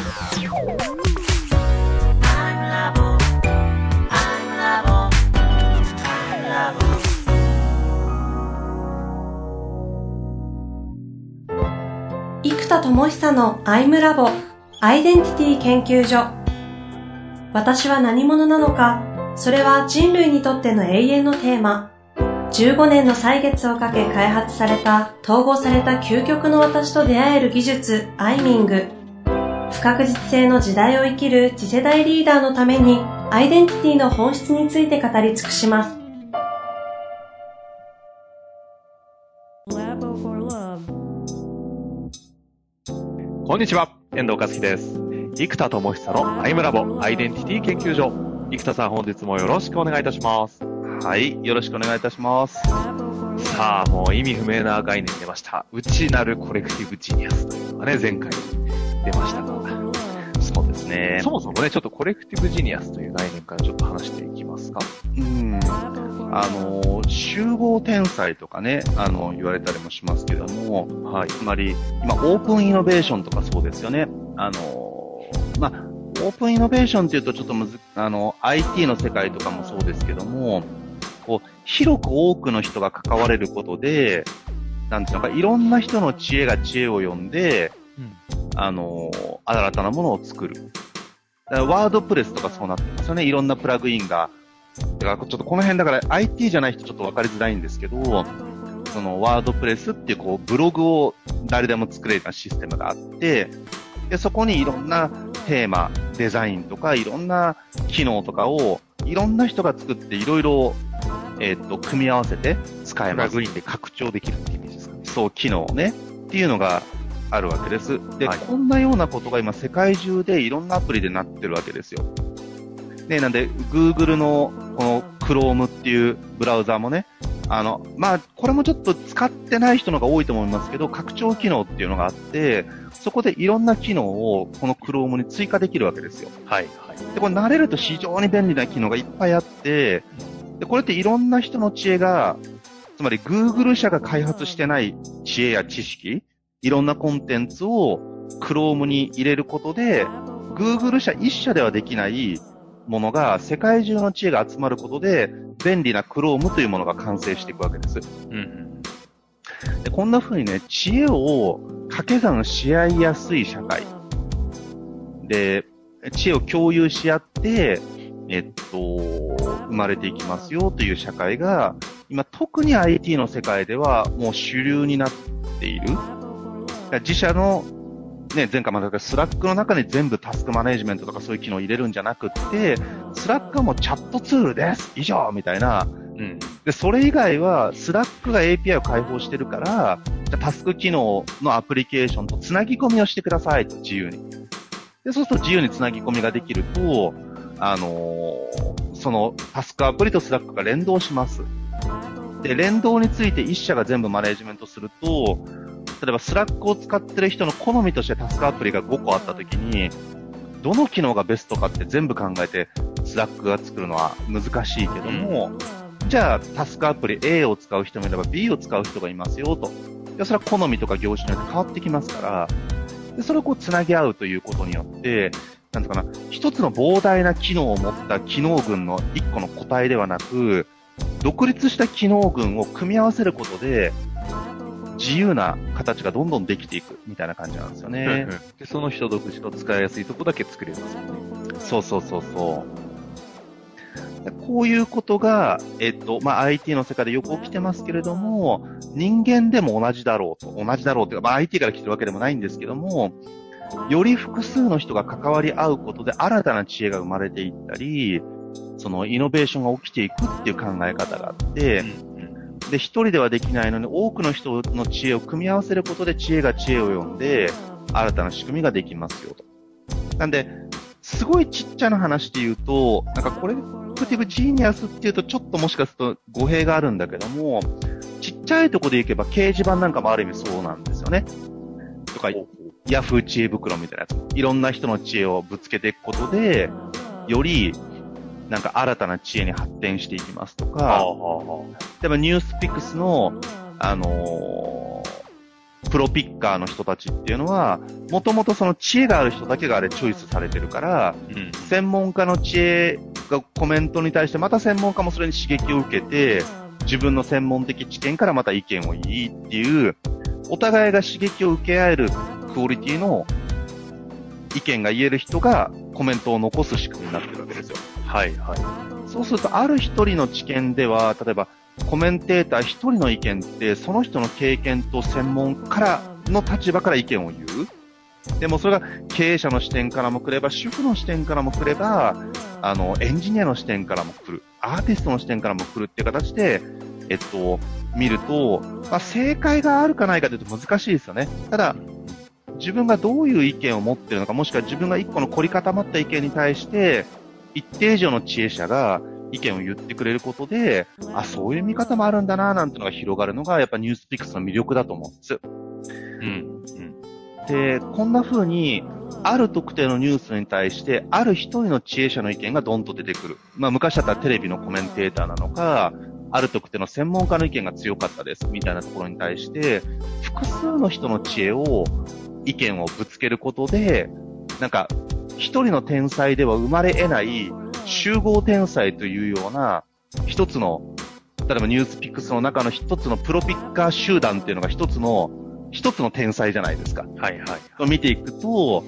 生田智久のアイムラボアイデンティティ研究所。私は何者なのか、それは人類にとっての永遠のテーマ。15年の歳月をかけ開発された統合された究極の私と出会える技術アイミング。不確実性の時代を生きる次世代リーダーのためにアイデンティティの本質について語り尽くします。 こんにちは、遠藤和樹です。生田智久のアイムラボアイデンティティ研究所。生田さん、本日もよろしくお願いいたします。 はい、よろしくお願いいたします。 さあ、もう意味不明な概念出ました。内なるコレクティブジニアスというのがね、前回出ましたが。 そうですね。 そもそもね、ちょっとコレクティブジニアスという概念からちょっと話していきますか。 集合天才とかね、言われたりもしますけども、はい。つまり、今、オープンイノベーションとかそうですよね。オープンイノベーションっていうとちょっとIT の世界とかもそうですけども、こう、広く多くの人が関われることで、なんていうのか、いろんな人の知恵が知恵を呼んで、新たなものを作る。だからワードプレスとかそうなってますよね。いろんなプラグインが。だからちょっとこの辺だから IT じゃない人ちょっとわかりづらいんですけど、そのワードプレスっていうこうブログを誰でも作れるようなシステムがあって、で、そこにいろんなテーマ、デザインとかいろんな機能とかをいろんな人が作っていろいろ、組み合わせて使えます。 プラグインで拡張できるってイメージですかね。 そう、機能をね。っていうのがあるわけです。で、 はい、 こんなようなことが今世界中でいろんなアプリでなってるわけですよ。ね、なんで、Google のこの Chrome っていうブラウザーもね、これもちょっと使ってない人の方が多いと思いますけど、拡張機能っていうのがあって、そこでいろんな機能をこの Chrome に追加できるわけですよ。 はい、はい。 で、これ慣れると非常に便利な機能がいっぱいあって、で、これっていろんな人の知恵が、つまり Google 社が開発してない知恵や知識、いろんなコンテンツを Chrome に入れることで、Google 社一社ではできないものが世界中の知恵が集まることで便利な Chrome というものが完成していくわけです。で、こんな風にね、知恵を掛け算し合いやすい社会で、知恵を共有し合って、生まれていきますよという社会が今特に IT の世界ではもう主流になっている。自社のね、前回も言ったスラックの中に全部タスクマネジメントとかそういう機能を入れるんじゃなくって、スラックはもうチャットツールです以上みたいな。で、それ以外はスラックが API を開放してるから、じゃタスク機能のアプリケーションとつなぎ込みをしてくださいと、自由に。で、そうすると自由につなぎ込みができると、そのタスクアプリとスラックが連動します。で、連動について一社が全部マネジメントすると、例えばスラックを使ってる人の好みとしてタスクアプリが5個あったときに、どの機能がベストかって全部考えてスラックが作るのは難しいけども、じゃあタスクアプリ A を使う人もいれば B を使う人がいますよと。で、それは好みとか業種によって変わってきますから、で、それをこう繋ぎ合うということによって、なんとかな、一つの膨大な機能を持った機能群の一個の個体ではなく、独立した機能群を組み合わせることで、自由な形がどんどんできていくみたいな感じなんですよね。 で、その人独自の使いやすいとこだけ作れますよね。 そうそうそうそう。こういうことが、IT の世界でよく起きてますけれども、人間でも同じだろうというか、IT から来てるわけでもないんですけども、より複数の人が関わり合うことで新たな知恵が生まれていったり、そのイノベーションが起きていくっていう考え方があって、で、一人ではできないのに多くの人の知恵を組み合わせることで知恵が知恵を呼んで、新たな仕組みができますよと。なんで、すごいちっちゃな話で言うと、なんかコレクティブジーニアスっていうとちょっともしかすると語弊があるんだけども、ちっちゃいとこでいけば掲示板なんかもある意味そうなんですよね。とか、ヤフー知恵袋みたいなやつ。いろんな人の知恵をぶつけていくことで、より、なんか新たな知恵に発展していきますとか、例えばニュースピックスの、 プロピッカーの人たちっていうのは、もともとその知恵がある人だけがあれチョイスされてるから、専門家の知恵がコメントに対してまた専門家もそれに刺激を受けて、自分の専門的知見からまた意見を言いっていう、お互いが刺激を受け合えるクオリティの意見が言える人がコメントを残す仕組みになってるわけですよ。 はいはい。 そうすると、ある一人の知見では、例えばコメンテーター一人の意見って、その人の経験と専門からの立場から意見を言う。でもそれが経営者の視点からも来れば、主婦の視点からも来れば、エンジニアの視点からも来る。アーティストの視点からも来るっていう形で、見ると、正解があるかないかというと難しいですよね。ただ、自分がどういう意見を持っているのか、もしくは自分が一個の凝り固まった意見に対して、一定以上の知恵者が意見を言ってくれることで、そういう見方もあるんだな、なんてのが広がるのが、やっぱニュースピックスの魅力だと思うんです。で、こんな風に、ある特定のニュースに対して、ある一人の知恵者の意見がドンと出てくる。昔だったらテレビのコメンテーターなのか、ある特定の専門家の意見が強かったです、みたいなところに対して、複数の人の知恵を、意見をぶつけることで、なんか、一人の天才では生まれ得ない集合天才というような、一つの、例えばニュースピックスの中の一つのプロピッカー集団っていうのが一つの天才じゃないですか。 はいはい。 と見ていくと、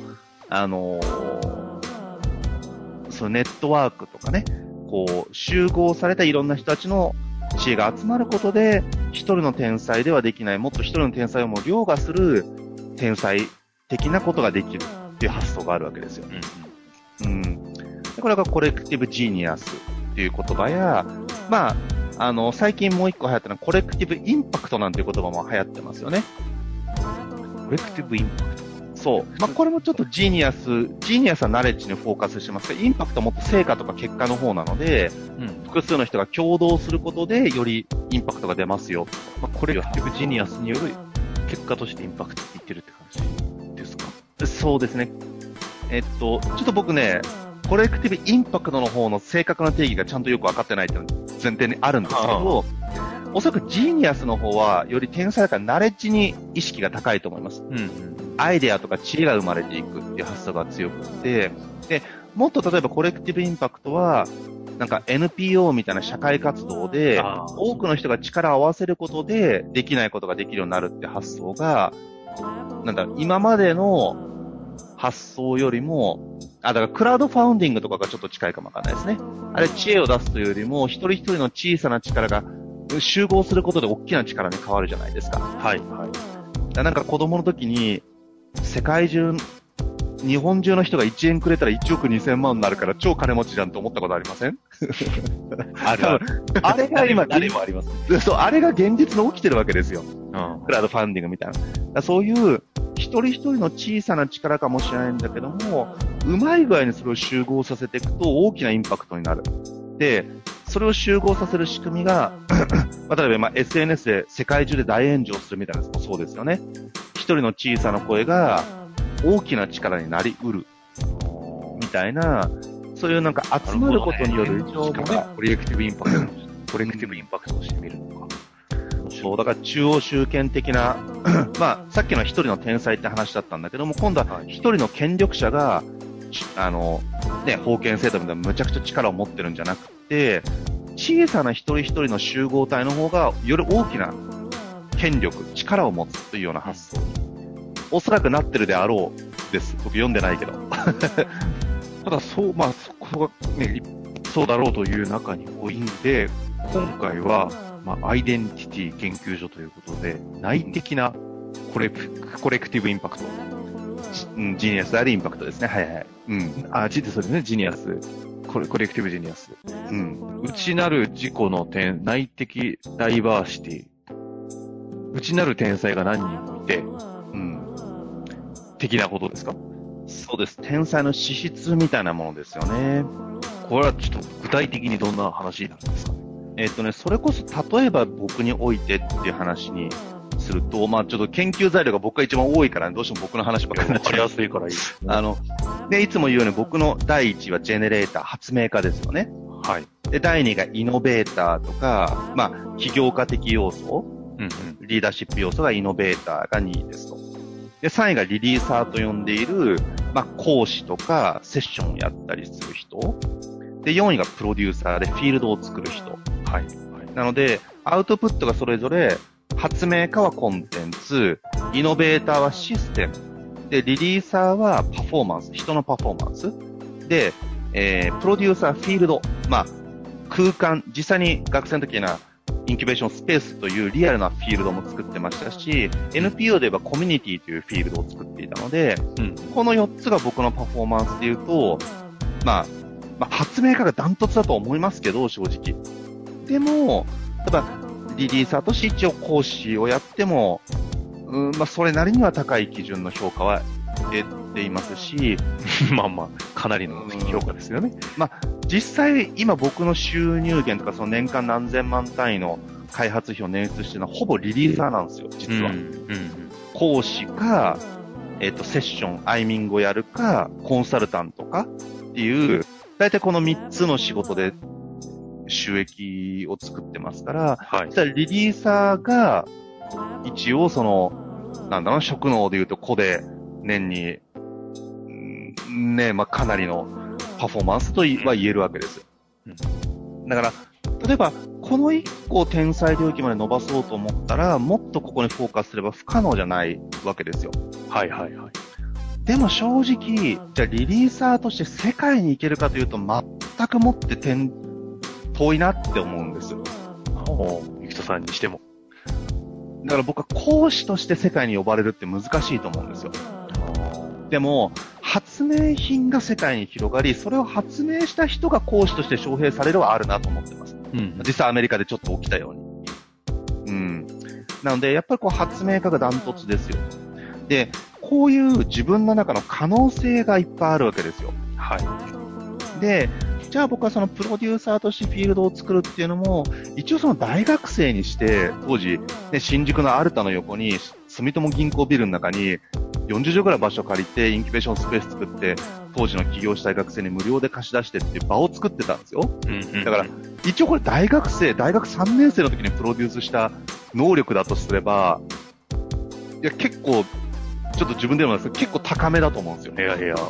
そのネットワークとかね、こう、集合されたいろんな人たちの知恵が集まることで、一人の天才ではできない、もっと一人の天才をも凌駕する天才的なことができるっていう発想があるわけですよ。これがコレクティブジーニアスっていう言葉や、最近もう一個流行ったのはコレクティブインパクトなんていう言葉も流行ってますよね。 コレクティブインパクト。 そう。これもちょっとジーニアスはナレッジにフォーカスしてますが、インパクトはもっと成果とか結果の方なので、複数の人が共同することでよりインパクトが出ますよ。 コレクティブジーニアスによる結果としてインパクトって言ってるって感じですか？ そうですね。ちょっと僕ね、コレクティブインパクトの方の正確な定義がちゃんとよく分かってないっていうのが前提にあるんですけど、おそらくジーニアスの方はより天才だからナレッジに意識が高いと思います。アイデアとか知恵が生まれていくっていう発想が強くて、で、もっと例えばコレクティブインパクトは、なんか NPO みたいな社会活動で、多くの人が力を合わせることで、できないことができるようになるって発想が、今までの発想よりも、だからクラウドファウンディングとかがちょっと近いかもわかんないですね。あれ知恵を出すというよりも、一人一人の小さな力が集合することで大きな力に変わるじゃないですか。 はい、はい。 なんか子供の時に、世界中、日本中の人が1円くれたら1億2000万になるから超金持ちじゃんと思ったことありません？ あるある。 あれが今、 誰もあります。 そう、あれが現実の起きてるわけですよ。クラウドファンディングみたいな。そういう一人一人の小さな力かもしれないんだけども、うまい具合にそれを集合させていくと大きなインパクトになる。で、それを集合させる仕組みが、例えばSNS で世界中で大炎上するみたいなのもそうですよね。一人の小さな声が大きな力になりうる。みたいな、そういうなんか集まることによる力、 コレクティブインパクトをしてみるのか。 そう、だから中央集権的な、さっきの一人の天才って話だったんだけども、今度は一人の権力者が、封建制度みたいなむちゃくちゃ力を持ってるんじゃなくて、小さな一人一人の集合体の方が、より大きな権力、力を持つというような発想に、おそらくなってるであろうです。僕読んでないけど。 ただそこがね、そうだろうという中においんで、今回は、アイデンティティ研究所ということで、内的なコレクティブインパクト。 ジーニアスでありインパクトですね。はいはい。 そうですね、ジーニアス。コレクティブジーニアス。内なる自己の内的ダイバーシティ。内なる天才が何人もいて、的なことですか？ そうです。天才の資質みたいなものですよね。 これはちょっと具体的にどんな話になるんですかね？ それこそ例えば僕においてっていう話にすると、ちょっと研究材料が僕が一番多いから、どうしても僕の話ばっかりになっちゃいやすいからいいですね。いつも言うように僕の第一はジェネレーター、発明家ですよね。 はい。 で、第二がイノベーターとか、起業家的要素。 リーダーシップ要素がイノベーターが2位ですと。で、3位がリリーサーと呼んでいる、講師とかセッションをやったりする人。で、4位がプロデューサーでフィールドを作る人。はい。なので、アウトプットがそれぞれ、発明家はコンテンツ、イノベーターはシステム、で、リリーサーはパフォーマンス、人のパフォーマンス。で、プロデューサーフィールド、空間、実際に学生の時には、インキュベーションスペースというリアルなフィールドも作ってましたし、NPO で言えばコミュニティというフィールドを作っていたので、この4つが僕のパフォーマンスで言うと、発明家がダントツだと思いますけど、正直。でも、例えば、リリーサーとして一応講師をやっても、それなりには高い基準の評価は得ていますし、 かなりの評価ですよね。 実際、今僕の収入源とか、その年間何千万単位の開発費を捻出しているのは、ほぼリリーサーなんですよ、実は。講師か、セッション、アイミングをやるか、コンサルタントかっていう、大体この3つの仕事で収益を作ってますから、実はリリーサーが、一応職能で言うと個で年に、かなりのパフォーマンスとは言えるわけですよ。だから、例えば、この1個を天才領域まで伸ばそうと思ったら、もっとここにフォーカスすれば不可能じゃないわけですよ。でも正直、じゃあリリーサーとして世界に行けるかというと、全くもって遠いなって思うんです。 ゆきとさんにしても。 だから僕は講師として世界に呼ばれるって難しいと思うんですよ。でも、発明品が世界に広がり、それを発明した人が講師として招聘されるはあるなと思ってます。実際アメリカでちょっと起きたように。なので、やっぱり発明家がダントツですよ。で、こういう自分の中の可能性がいっぱいあるわけですよ。で、じゃあ僕はそのプロデューサーとしてフィールドを作るっていうのも、一応その大学生にして、当時、新宿のアルタの横に、住友銀行ビルの中に、40畳ぐらい場所借りて、インキュベーションスペース作って、当時の起業したい学生に無料で貸し出してっていう場を作ってたんですよ。だから、一応これ大学3年生の時にプロデュースした能力だとすれば、いや結構、ちょっと自分でもなんですけど、結構高めだと思うんですよ。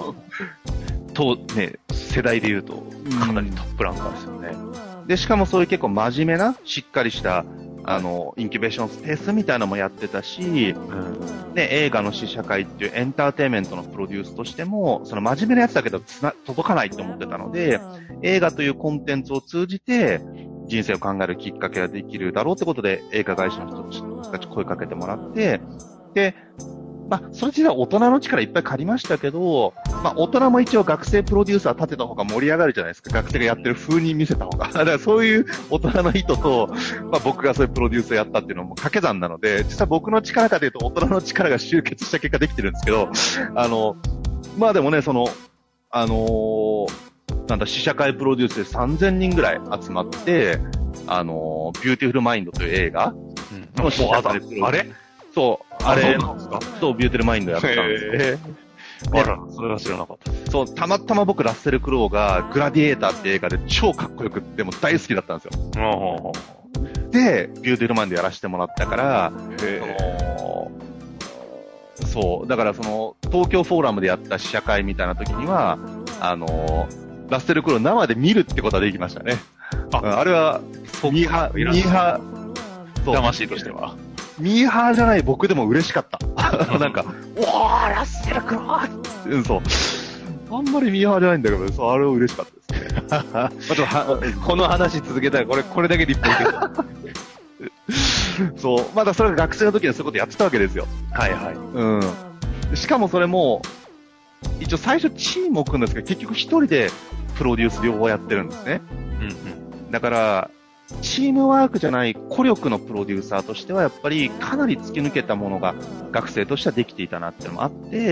世代で言うと、かなりトップランカーですよね。 で、しかもそういう結構真面目な、しっかりした、インキュベーションスペースみたいなのもやってたし、映画の試写会っていうエンターテインメントのプロデュースとしても、その真面目なやつだけど届かないと思ってたので、映画というコンテンツを通じて、人生を考えるきっかけができるだろうってことで、映画会社の人たち声かけてもらって、で、それ自体は大人の力いっぱい借りましたけど、大人も一応学生プロデューサー立てた方が盛り上がるじゃないですか。学生がやってる風に見せた方が。だからそういう大人の意図と、僕がそういうプロデュースをやったっていうのも掛け算なので、実は僕の力かというと大人の力が集結した結果できてるんですけど、でもね、試写会プロデュースで3000人ぐらい集まって、ビューティフルマインドという映画の試写会プロデュース。 あれそう、あれ、そう、ビューティルマインドやったんですよ。 それは知らなかった。 そう、たまたま僕、ラッセル・クロウが、グラディエーターって映画で超かっこよくって、もう大好きだったんですよ。で、ビューティルマインドやらせてもらったから、だから東京フォーラムでやった試写会みたいな時には、ラッセル・クロウ生で見るってことはできましたね。あれは、ミーハー、 魂としては。 ミーハーじゃない僕でも嬉しかった。なんか、おー、ラッセルクローそう。あんまりミーハーじゃないんだけど、あれは嬉しかったですね。 この話続けたら、これだけでいっぱいいける。そう。まだそれが学生の時にそういうことやってたわけですよ。しかもそれも、一応最初チームを組んだんですけど、結局一人でプロデュース両方やってるんですね。だから、チームワークじゃない個力のプロデューサーとしてはやっぱりかなり突き抜けたものが学生としてはできていたなっていうのもあって、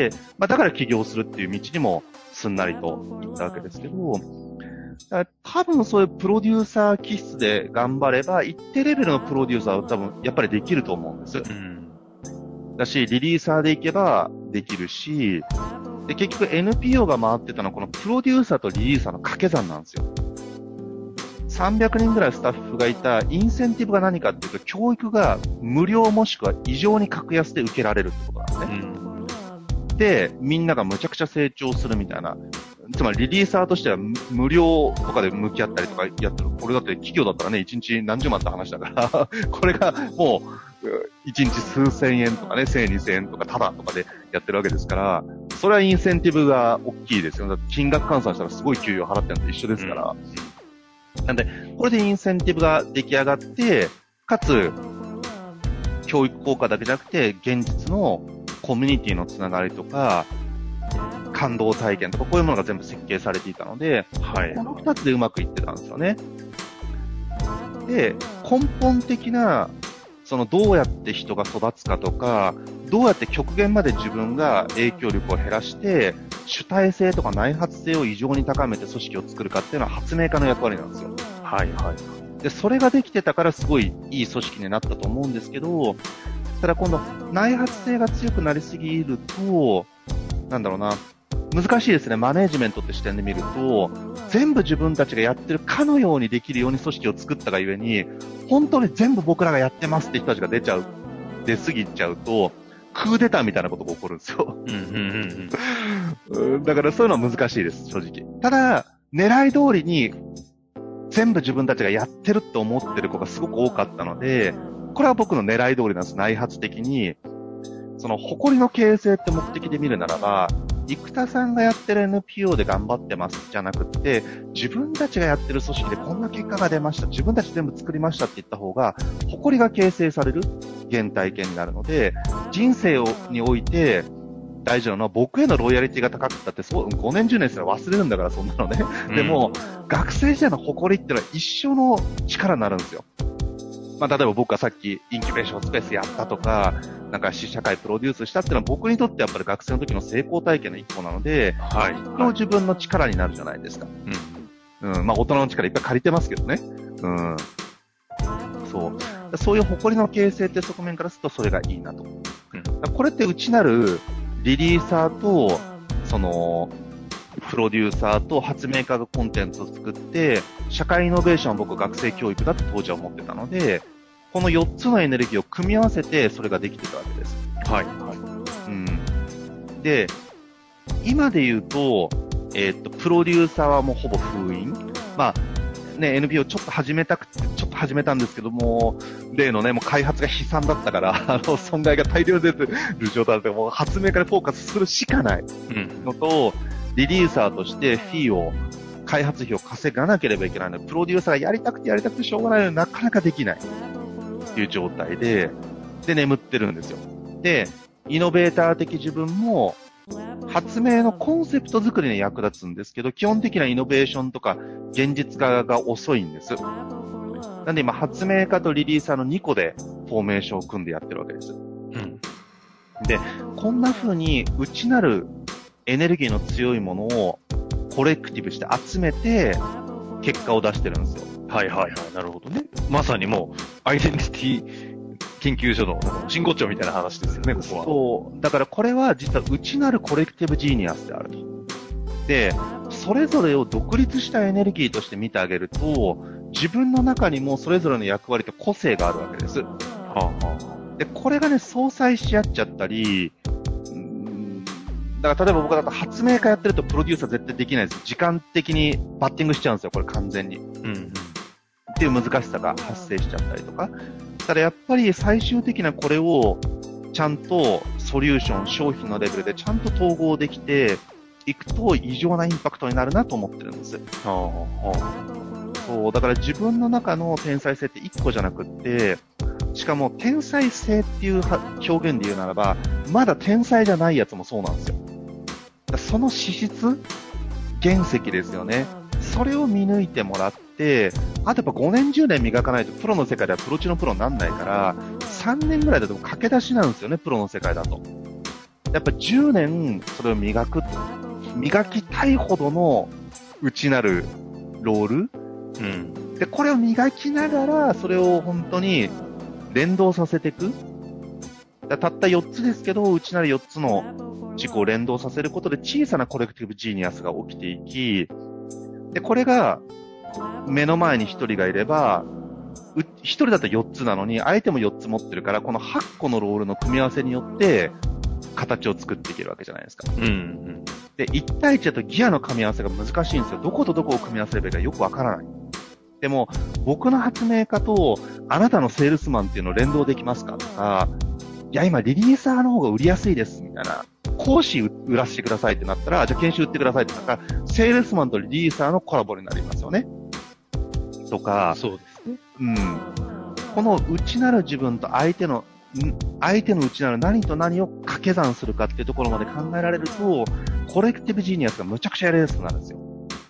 だから起業するっていう道にもすんなりと行ったわけですけど、多分そういうプロデューサー気質で頑張れば一定レベルのプロデューサーは多分やっぱりできると思うんです。だし、リリーサーでいけばできるし、で結局 NPO が回ってたのはこのプロデューサーとリリーサーの掛け算なんですよ。 300人ぐらいスタッフがいたインセンティブが何かっていうと、教育が無料もしくは異常に格安で受けられるってことなんですね。で、みんながむちゃくちゃ成長するみたいな。つまりリリーサーとしては無料とかで向き合ったりとかやってる。これだって企業だったらね、1日何十万って話だから、これがもう、1日数千円とかね、1000円2000円とかタダとかでやってるわけですから、それはインセンティブが大きいですよ。だって金額換算したらすごい給与払ってるのと一緒ですから。なんで、これでインセンティブが出来上がって、かつ、教育効果だけじゃなくて、現実のコミュニティのつながりとか、感動体験とか、こういうものが全部設計されていたので、はい、この2つでうまくいってたんですよね。で、根本的な、どうやって人が育つかとか、どうやって極限まで自分が影響力を減らして、主体性とか内発性を異常に高めて組織を作るかっていうのは発明家の役割なんですよ。はいはい。で、それができてたからすごいいい組織になったと思うんですけど、ただ今度内発性が強くなりすぎると、なんだろうな、難しいですね。マネージメントって視点で見ると、全部自分たちがやってるかのようにできるように組織を作ったがゆえに、本当に全部僕らがやってますって人たちが出過ぎちゃうと、クーデターみたいなことが起こるんですよ。だからそういうのは難しいです、正直。ただ、狙い通りに全部自分たちがやってるって思ってる子がすごく多かったので、これは僕の狙い通りなんです、内発的に。誇りの形成って目的で見るならば、生田さんがやってる NPO で頑張ってますじゃなくって、自分たちがやってる組織でこんな結果が出ました、自分たち全部作りましたって言った方が、誇りが形成される原体験になるので、人生において大事なのは僕へのロイヤリティが高くったって、5年10年すら忘れるんだから、そんなのね。でも、学生時代の誇りってのは一生の力になるんですよ。例えば僕がさっきインキュベーションスペースやったとか、なんか試写会プロデュースしたっていうのは僕にとってやっぱり学生の時の成功体験の一個なので、はい。自分の力になるじゃないですか。大人の力いっぱい借りてますけどね。そういう誇りの形成って側面からするとそれがいいなと。これって内なるリリーサーと、プロデューサーと発明家がコンテンツを作って、社会イノベーションは僕学生教育だと当時は思ってたので、この4つのエネルギーを組み合わせてそれができてたわけです。はい。で、今で言うと、プロデューサーはもうほぼ封印。NPO ちょっと始めたんですけども、例のね、もう開発が悲惨だったから、損害が大量に出てる状態で、もう発明家でフォーカスするしかないのと、リリーサーとして開発費を稼がなければいけないので、プロデューサーがやりたくてしょうがないのになかなかできないっていう状態で眠ってるんですよ。で、イノベーター的自分も、発明のコンセプト作りに役立つんですけど、基本的なイノベーションとか現実化が遅いんです。なんで今、発明家とリリーサーの2個でフォーメーションを組んでやってるわけです。で、こんな風に内なるエネルギーの強いものをコレクティブして集めて結果を出してるんですよ。はいはいはい、なるほどね。まさにもうアイデンティティ研究所の真骨頂みたいな話ですよね、ここは。そう。だからこれは実は内なるコレクティブジーニアスであると。で、それぞれを独立したエネルギーとして見てあげると、自分の中にもそれぞれの役割と個性があるわけです。で、これがね、相殺し合っちゃったり、だから例えば僕だと発明家やってるとプロデューサー絶対できないです。時間的にバッティングしちゃうんですよ、これ完全に。っていう難しさが発生しちゃったりとか。ただやっぱり最終的なこれをちゃんとソリューション、商品のレベルでちゃんと統合できていくと異常なインパクトになるなと思ってるんです。そう、だから自分の中の天才性って1個じゃなくって、しかも天才性っていう表現で言うならば、まだ天才じゃないやつもそうなんですよ。その資質、原石ですよね。それを見抜いてもらって、あとやっぱ5年10年磨かないとプロの世界ではプロ中のプロにならないから、3年ぐらいだと駆け出しなんですよね、プロの世界だと。やっぱ10年それを磨きたいほどの内なるロール、で、これを磨きながら、それを本当に連動させていく。たった4つですけど、内なる4つの軸を連動させることで小さなコレクティブジーニアスが起きていき、で、これが目の前に一人がいれば、一人だと4つなのに、相手も4つ持ってるから、この8個のロールの組み合わせによって、形を作っていけるわけじゃないですか。 うんうん、 で、1対1だとギアの噛み合わせが難しいんですよ。どことどこを組み合わせればいいかよくわからない。でも、僕の発明家と、あなたのセールスマンっていうのを連動できますかとか、いや、今リリーサーの方が売りやすいです、みたいな。講師売らせてくださいってなったら、じゃあ研修売ってくださいってなったら、セールスマンとリリーサーのコラボになりますよね。とか、 そうですね。 うん。この内なる自分と相手の内なる何と何を掛け算するかっていうところまで考えられると、コレクティブジーニアスがむちゃくちゃやりやすくなるんですよ。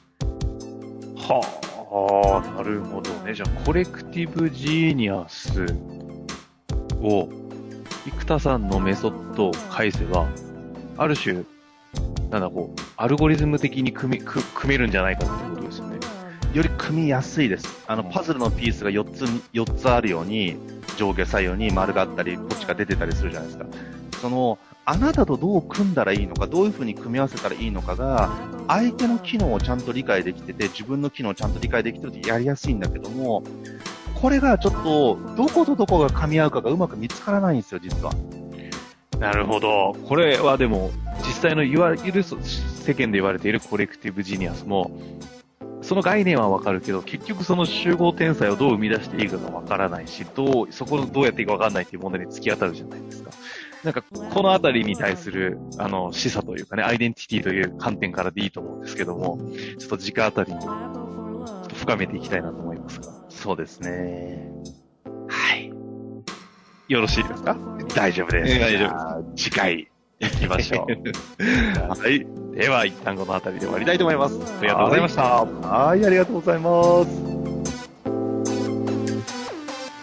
はあ、なるほどね。じゃあ、コレクティブジーニアスを、生田さんのメソッドを返せば、ある種、アルゴリズム的に組めるんじゃないかってことですよね。 より組みやすいです。パズルのピースが4つあるように、上下左右に丸があったり、こっちが出てたりするじゃないですか。あなたとどう組んだらいいのか、どういう風に組み合わせたらいいのかが、相手の機能をちゃんと理解できてて、自分の機能をちゃんと理解できてるとやりやすいんだけども、これがちょっと、どことどこが噛み合うかがうまく見つからないんですよ、実は。 なるほど。これはでも、実際のいわゆる世間で言われているコレクティブジニアスも、その概念はわかるけど、結局その集合天才をどう生み出していいかがわからないし、そこをどうやっていいかわかんないっていう問題に突き当たるじゃないですか。なんか、このあたりに対する、示唆というかね、アイデンティティという観点からでいいと思うんですけども、ちょっと直あたりに、ちょっと深めていきたいなと思いますが。 そうですね。 はい。よろしいですか？ 大丈夫です。 大丈夫です。次回、行きましょう。はい。では、一旦このあたりで終わりたいと思います。ありがとうございました。 はい、ありがとうございます。